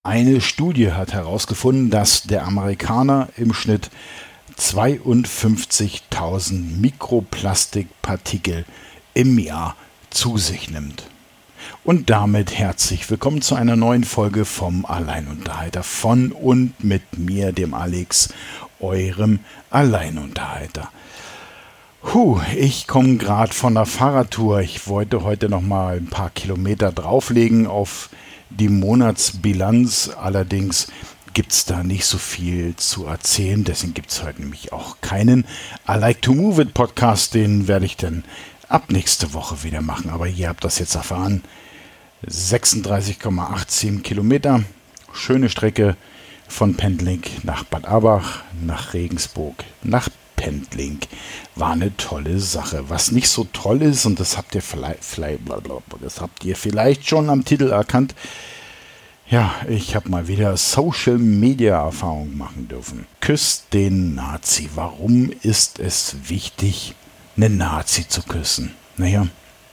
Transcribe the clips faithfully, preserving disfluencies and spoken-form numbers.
Eine Studie hat herausgefunden, dass der Amerikaner im Schnitt zweiundfünfzigtausend Mikroplastikpartikel im Jahr zu sich nimmt. Und damit herzlich willkommen zu einer neuen Folge vom Alleinunterhalter von und mit mir, dem Alex, eurem Alleinunterhalter. Puh, ich komme gerade von der Fahrradtour. Ich wollte heute noch mal ein paar Kilometer drauflegen auf die Monatsbilanz. Allerdings gibt es da nicht so viel zu erzählen. Deswegen gibt es heute nämlich auch keinen I Like to Move It Podcast. Den werde ich dann ab nächste Woche wieder machen. Aber ihr habt das jetzt erfahren. sechsunddreißig Komma siebenundachtzig Kilometer. Schöne Strecke von Pendling nach Bad Abbach, nach Regensburg, nach Pendling. War eine tolle Sache. Was nicht so toll ist, und das habt ihr vielleicht, vielleicht, blablabla, das habt ihr vielleicht schon am Titel erkannt, ja, ich habe mal wieder Social-Media-Erfahrung machen dürfen. Küsst den Nazi. Warum ist es wichtig, einen Nazi zu küssen? Naja,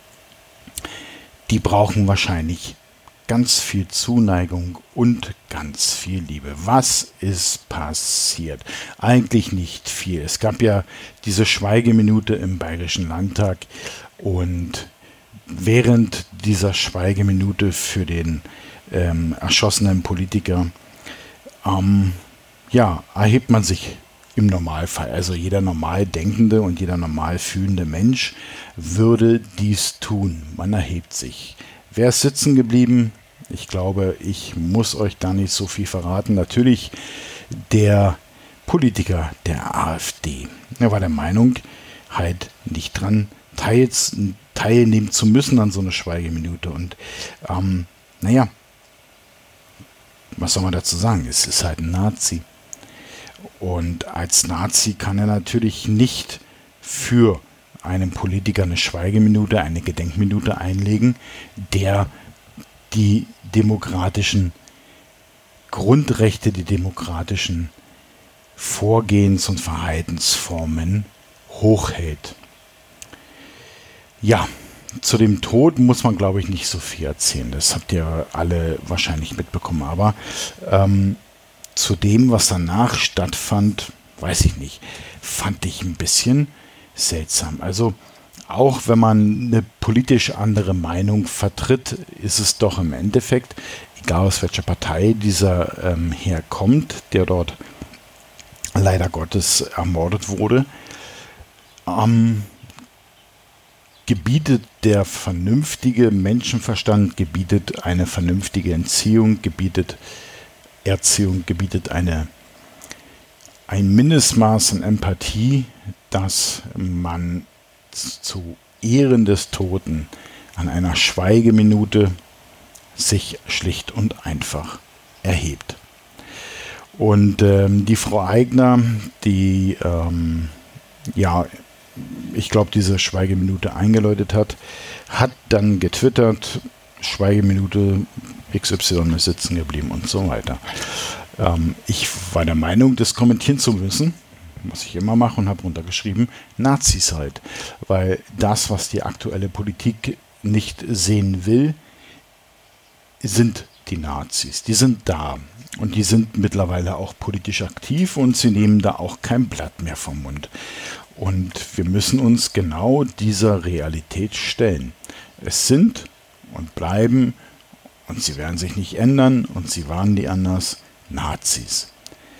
die brauchen wahrscheinlich ganz viel Zuneigung und ganz viel Liebe. Was ist passiert? Eigentlich nicht viel. Es gab ja diese Schweigeminute im Bayerischen Landtag und während dieser Schweigeminute für den ähm, erschossenen Politiker ähm, ja, erhebt man sich im Normalfall. Also jeder normal denkende und jeder normal fühlende Mensch würde dies tun. Man erhebt sich. Wer ist sitzen geblieben? Ich glaube, ich muss euch da nicht so viel verraten. Natürlich der Politiker der AfD. Er war der Meinung, halt nicht dran teils, teilnehmen zu müssen an so einer Schweigeminute. Und ähm, naja, was soll man dazu sagen? Es ist halt ein Nazi. Und als Nazi kann er natürlich nicht für einen Politiker eine Schweigeminute, eine Gedenkminute einlegen, der die demokratischen Grundrechte, die demokratischen Vorgehens- und Verhaltensformen hochhält. Ja, zu dem Tod muss man, glaube ich, nicht so viel erzählen. Das habt ihr alle wahrscheinlich mitbekommen. Aber ähm, zu dem, was danach stattfand, weiß ich nicht, fand ich ein bisschen seltsam. Also auch wenn man eine politisch andere Meinung vertritt, ist es doch im Endeffekt, egal aus welcher Partei dieser ähm, herkommt, der dort leider Gottes ermordet wurde, ähm, gebietet der vernünftige Menschenverstand, gebietet eine vernünftige Entziehung, gebietet Erziehung, gebietet eine, ein Mindestmaß an Empathie, dass man zu Ehren des Toten an einer Schweigeminute sich schlicht und einfach erhebt. Und ähm, die Frau Aigner, die ähm, ja, ich glaube, diese Schweigeminute eingeläutet hat, hat dann getwittert, Schweigeminute X Y ist sitzen geblieben und so weiter. Ähm, ich war der Meinung, das kommentieren zu müssen, was ich immer mache, und habe runtergeschrieben, Nazis halt. Weil das, was die aktuelle Politik nicht sehen will, sind die Nazis. Die sind da. Und die sind mittlerweile auch politisch aktiv und sie nehmen da auch kein Blatt mehr vom Mund. Und wir müssen uns genau dieser Realität stellen. Es sind und bleiben, und sie werden sich nicht ändern, und sie waren nie anders, Nazis.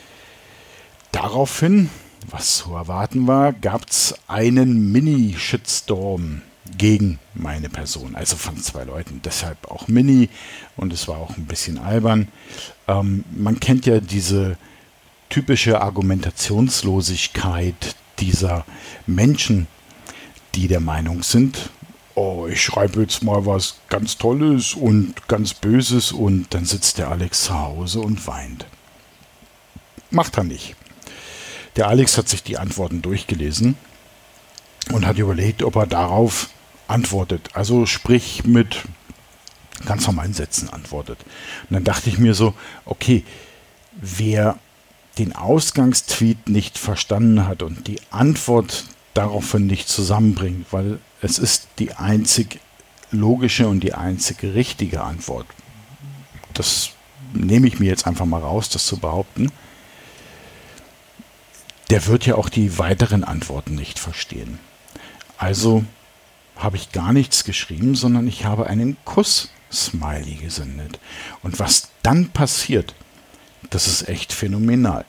Daraufhin, was zu erwarten war, gab es einen Mini-Shitstorm gegen meine Person, also von zwei Leuten, deshalb auch Mini, und es war auch ein bisschen albern. Ähm, man kennt ja diese typische Argumentationslosigkeit dieser Menschen, die der Meinung sind, oh, ich schreibe jetzt mal was ganz Tolles und ganz Böses, und dann sitzt der Alex zu Hause und weint. Macht er nicht. Der Alex hat sich die Antworten durchgelesen und hat überlegt, ob er darauf antwortet. Also sprich mit ganz normalen Sätzen antwortet. Und dann dachte ich mir so, okay, wer den Ausgangstweet nicht verstanden hat und die Antwort daraufhin nicht zusammenbringt, weil es ist die einzig logische und die einzig richtige Antwort. Das nehme ich mir jetzt einfach mal raus, das zu behaupten, der wird ja auch die weiteren Antworten nicht verstehen. Also habe ich gar nichts geschrieben, sondern ich habe einen Kuss-Smiley gesendet. Und was dann passiert, das ist echt phänomenal.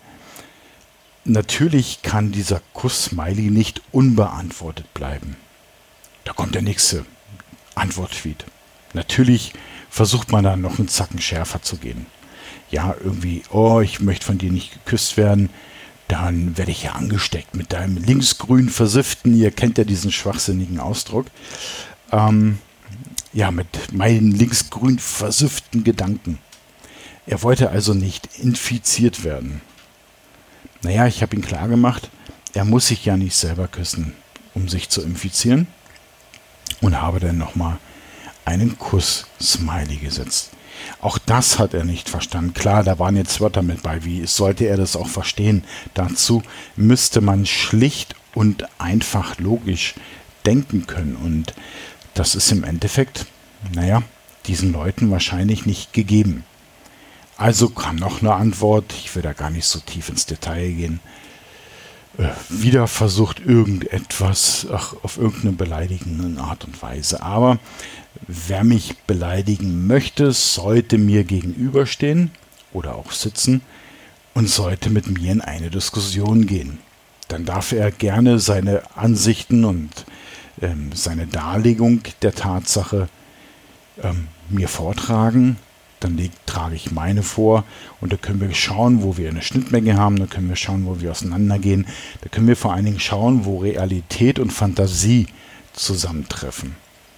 Natürlich kann dieser Kuss-Smiley nicht unbeantwortet bleiben. Da kommt der nächste Antwort-Tweet. Natürlich versucht man dann noch einen Zacken schärfer zu gehen. Ja, irgendwie, oh, ich möchte von dir nicht geküsst werden. Dann werde ich ja angesteckt mit deinem linksgrün versifften, ihr kennt ja diesen schwachsinnigen Ausdruck, ähm, ja, mit meinen linksgrün versifften Gedanken. Er wollte also nicht infiziert werden. Naja, ich habe ihm klar gemacht, er muss sich ja nicht selber küssen, um sich zu infizieren, und habe dann nochmal einen Kuss-Smiley gesetzt. Auch das hat er nicht verstanden. Klar, da waren jetzt Wörter mit bei. Wie sollte er das auch verstehen? Dazu müsste man schlicht und einfach logisch denken können. Und das ist im Endeffekt, naja, diesen Leuten wahrscheinlich nicht gegeben. Also kam noch eine Antwort. Ich will da gar nicht so tief ins Detail gehen. Äh, wieder versucht irgendetwas, ach, auf irgendeine beleidigende Art und Weise. Aber wer mich beleidigen möchte, sollte mir gegenüberstehen oder auch sitzen und sollte mit mir in eine Diskussion gehen. Dann darf er gerne seine Ansichten und ähm, seine Darlegung der Tatsache ähm, mir vortragen. Dann leg, trage ich meine vor und da können wir schauen, wo wir eine Schnittmenge haben, da können wir schauen, wo wir auseinandergehen. Da können wir vor allen Dingen schauen, wo Realität und Fantasie zusammentreffen.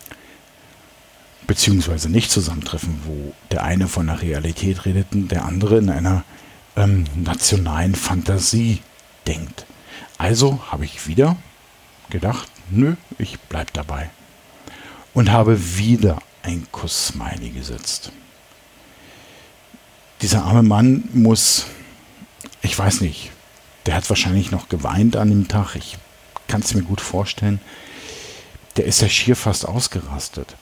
Beziehungsweise nicht zusammentreffen, wo der eine von der Realität redet und der andere in einer ähm, nationalen Fantasie denkt. Also habe ich wieder gedacht, nö, ich bleib dabei. Und habe wieder ein Kuss-Smiley gesetzt. Dieser arme Mann muss, ich weiß nicht, der hat wahrscheinlich noch geweint an dem Tag, ich kann es mir gut vorstellen. Der ist ja schier fast ausgerastet.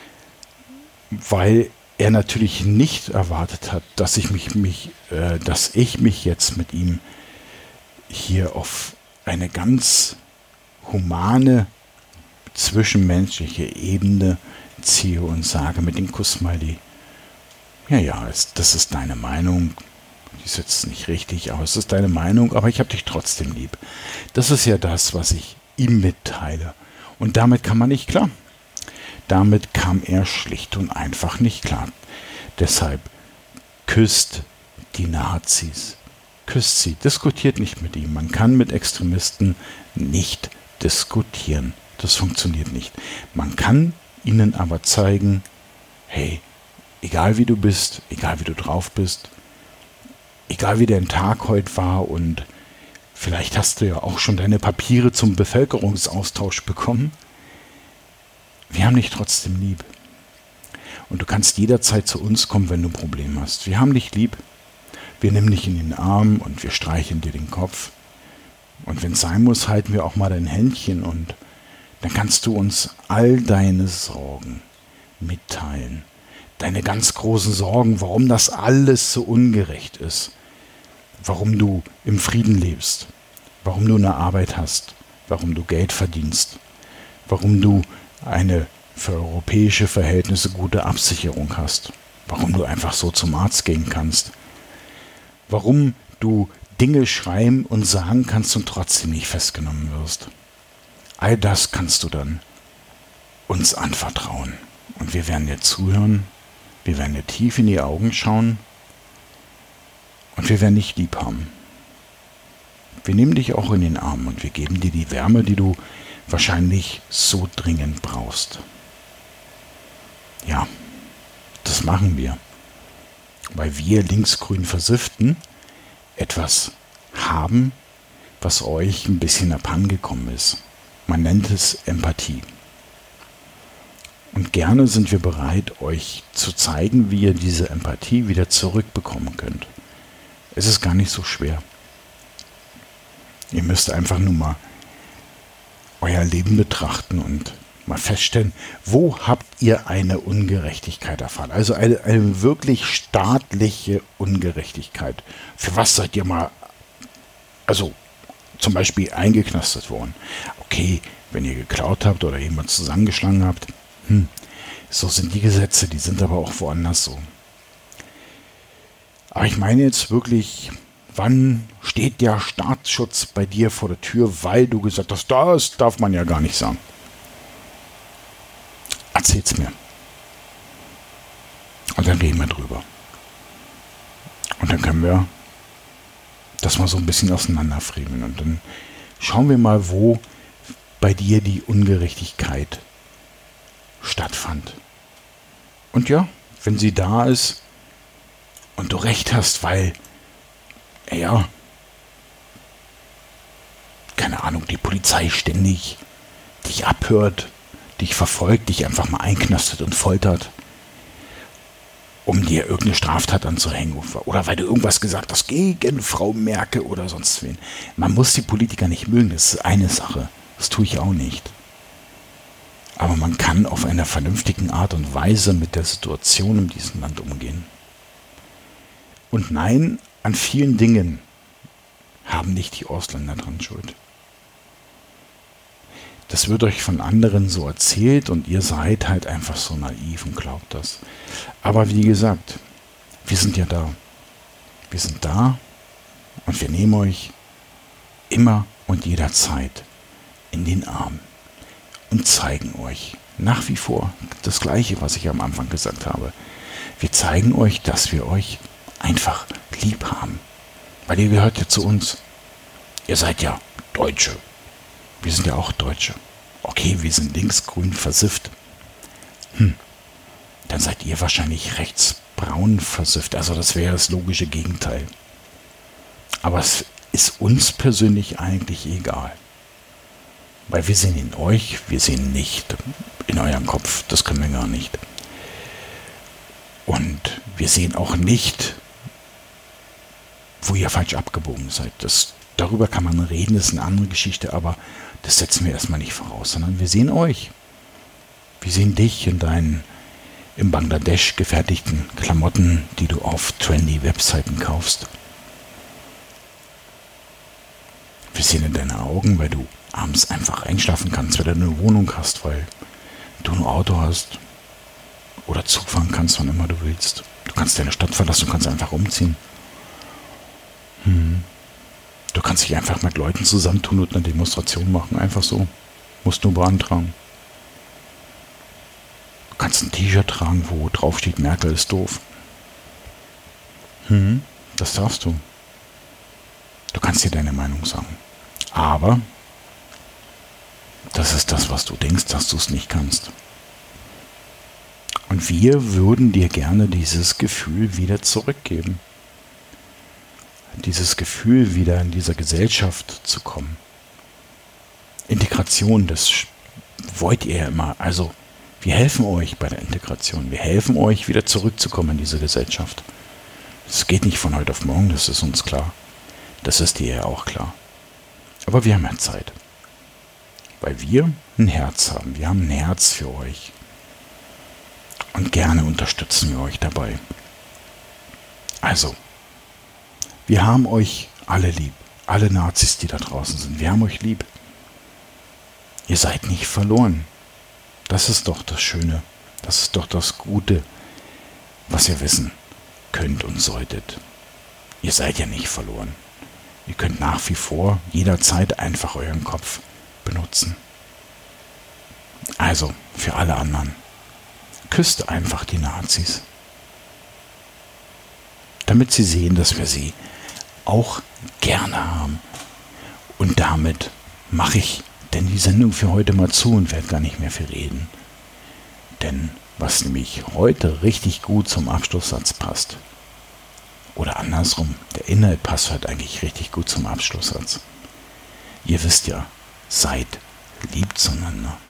Weil er natürlich nicht erwartet hat, dass ich mich, mich, äh, dass ich mich jetzt mit ihm hier auf eine ganz humane, zwischenmenschliche Ebene ziehe und sage mit dem Kuss-Smiley, ja, ja, es, das ist deine Meinung, die ist jetzt nicht richtig, aber es ist deine Meinung, aber ich habe dich trotzdem lieb. Das ist ja das, was ich ihm mitteile. Und damit kann man nicht klar. Damit kam er schlicht und einfach nicht klar. Deshalb küsst die Nazis. Küsst sie. Diskutiert nicht mit ihm. Man kann mit Extremisten nicht diskutieren. Das funktioniert nicht. Man kann ihnen aber zeigen, hey, egal wie du bist, egal wie du drauf bist, egal wie dein Tag heute war und vielleicht hast du ja auch schon deine Papiere zum Bevölkerungsaustausch bekommen, wir haben dich trotzdem lieb. Und du kannst jederzeit zu uns kommen, wenn du ein Problem hast. Wir haben dich lieb. Wir nehmen dich in den Arm und wir streicheln dir den Kopf. Und wenn es sein muss, halten wir auch mal dein Händchen und dann kannst du uns all deine Sorgen mitteilen. Deine ganz großen Sorgen, warum das alles so ungerecht ist. Warum du im Frieden lebst. Warum du eine Arbeit hast. Warum du Geld verdienst. Warum du eine für europäische Verhältnisse gute Absicherung hast. Warum du einfach so zum Arzt gehen kannst. Warum du Dinge schreiben und sagen kannst und trotzdem nicht festgenommen wirst. All das kannst du dann uns anvertrauen. Und wir werden dir zuhören, wir werden dir tief in die Augen schauen und wir werden dich lieb haben. Wir nehmen dich auch in den Arm und wir geben dir die Wärme, die du wahrscheinlich so dringend brauchst. Ja, das machen wir, weil wir linksgrün Versifften etwas haben, was euch ein bisschen abhandengekommen ist. Man nennt es Empathie. Und gerne sind wir bereit, euch zu zeigen, wie ihr diese Empathie wieder zurückbekommen könnt. Es ist gar nicht so schwer. Ihr müsst einfach nur mal euer Leben betrachten und mal feststellen, wo habt ihr eine Ungerechtigkeit erfahren? Also eine, eine wirklich staatliche Ungerechtigkeit. Für was seid ihr mal, also zum Beispiel eingeknastet worden? Okay, wenn ihr geklaut habt oder jemand zusammengeschlagen habt, hm, so sind die Gesetze, die sind aber auch woanders so. Aber ich meine jetzt wirklich, wann steht der Staatsschutz bei dir vor der Tür, weil du gesagt hast, das darf man ja gar nicht sagen? Erzähl's mir. Und dann reden wir drüber. Und dann können wir das mal so ein bisschen auseinanderfriemeln. Und dann schauen wir mal, wo bei dir die Ungerechtigkeit stattfand. Und ja, wenn sie da ist und du recht hast, weil, ja, keine Ahnung, die Polizei ständig dich abhört, dich verfolgt, dich einfach mal einknastet und foltert, um dir irgendeine Straftat anzuhängen oder weil du irgendwas gesagt hast gegen Frau Merkel oder sonst wen. Man muss die Politiker nicht mögen, das ist eine Sache. Das tue ich auch nicht. Aber man kann auf einer vernünftigen Art und Weise mit der Situation in diesem Land umgehen. Und nein, an vielen Dingen haben nicht die Ausländer dran Schuld. Das wird euch von anderen so erzählt und ihr seid halt einfach so naiv und glaubt das. Aber wie gesagt, wir sind ja da. Wir sind da und wir nehmen euch immer und jederzeit in den Arm und zeigen euch nach wie vor das Gleiche, was ich am Anfang gesagt habe. Wir zeigen euch, dass wir euch einfach lieb haben. Weil ihr gehört ja zu uns. Ihr seid ja Deutsche. Wir sind ja auch Deutsche. Okay, wir sind linksgrün versifft. Hm. Dann seid ihr wahrscheinlich rechtsbraun versifft. Also das wäre das logische Gegenteil. Aber es ist uns persönlich eigentlich egal. Weil wir sehen in euch, wir sehen nicht in eurem Kopf. Das können wir gar nicht. Und wir sehen auch nicht, wo ihr falsch abgebogen seid. Das, darüber kann man reden, das ist eine andere Geschichte, aber das setzen wir erstmal nicht voraus, sondern wir sehen euch. Wir sehen dich in deinen in Bangladesch gefertigten Klamotten, die du auf trendy Webseiten kaufst. Wir sehen in deine Augen, weil du abends einfach einschlafen kannst, weil du eine Wohnung hast, weil du ein Auto hast oder Zug fahren kannst, wann immer du willst. Du kannst deine Stadt verlassen, du kannst einfach umziehen. Hm. Du kannst dich einfach mit Leuten zusammentun und eine Demonstration machen, einfach so. Musst nur beantragen. Du kannst ein T-Shirt tragen, wo drauf steht, Merkel ist doof. Hm. Das darfst du. Du kannst dir deine Meinung sagen. Aber das ist das, was du denkst, dass du es nicht kannst. Und wir würden dir gerne dieses Gefühl wieder zurückgeben. Dieses Gefühl, wieder in dieser Gesellschaft zu kommen. Integration, das wollt ihr ja immer. Also, wir helfen euch bei der Integration. Wir helfen euch, wieder zurückzukommen in diese Gesellschaft. Das geht nicht von heute auf morgen, das ist uns klar. Das ist dir ja auch klar. Aber wir haben ja Zeit. Weil wir ein Herz haben. Wir haben ein Herz für euch. Und gerne unterstützen wir euch dabei. Also, wir haben euch alle lieb. Alle Nazis, die da draußen sind. Wir haben euch lieb. Ihr seid nicht verloren. Das ist doch das Schöne. Das ist doch das Gute, was ihr wissen könnt und solltet. Ihr seid ja nicht verloren. Ihr könnt nach wie vor jederzeit einfach euren Kopf benutzen. Also, für alle anderen. Küsst einfach die Nazis. Damit sie sehen, dass wir sie auch gerne haben. Und damit mache ich denn die Sendung für heute mal zu und werde gar nicht mehr viel reden. Denn was nämlich heute richtig gut zum Abschlusssatz passt, oder andersrum, der Inhalt passt halt eigentlich richtig gut zum Abschlusssatz. Ihr wisst ja, seid lieb zueinander.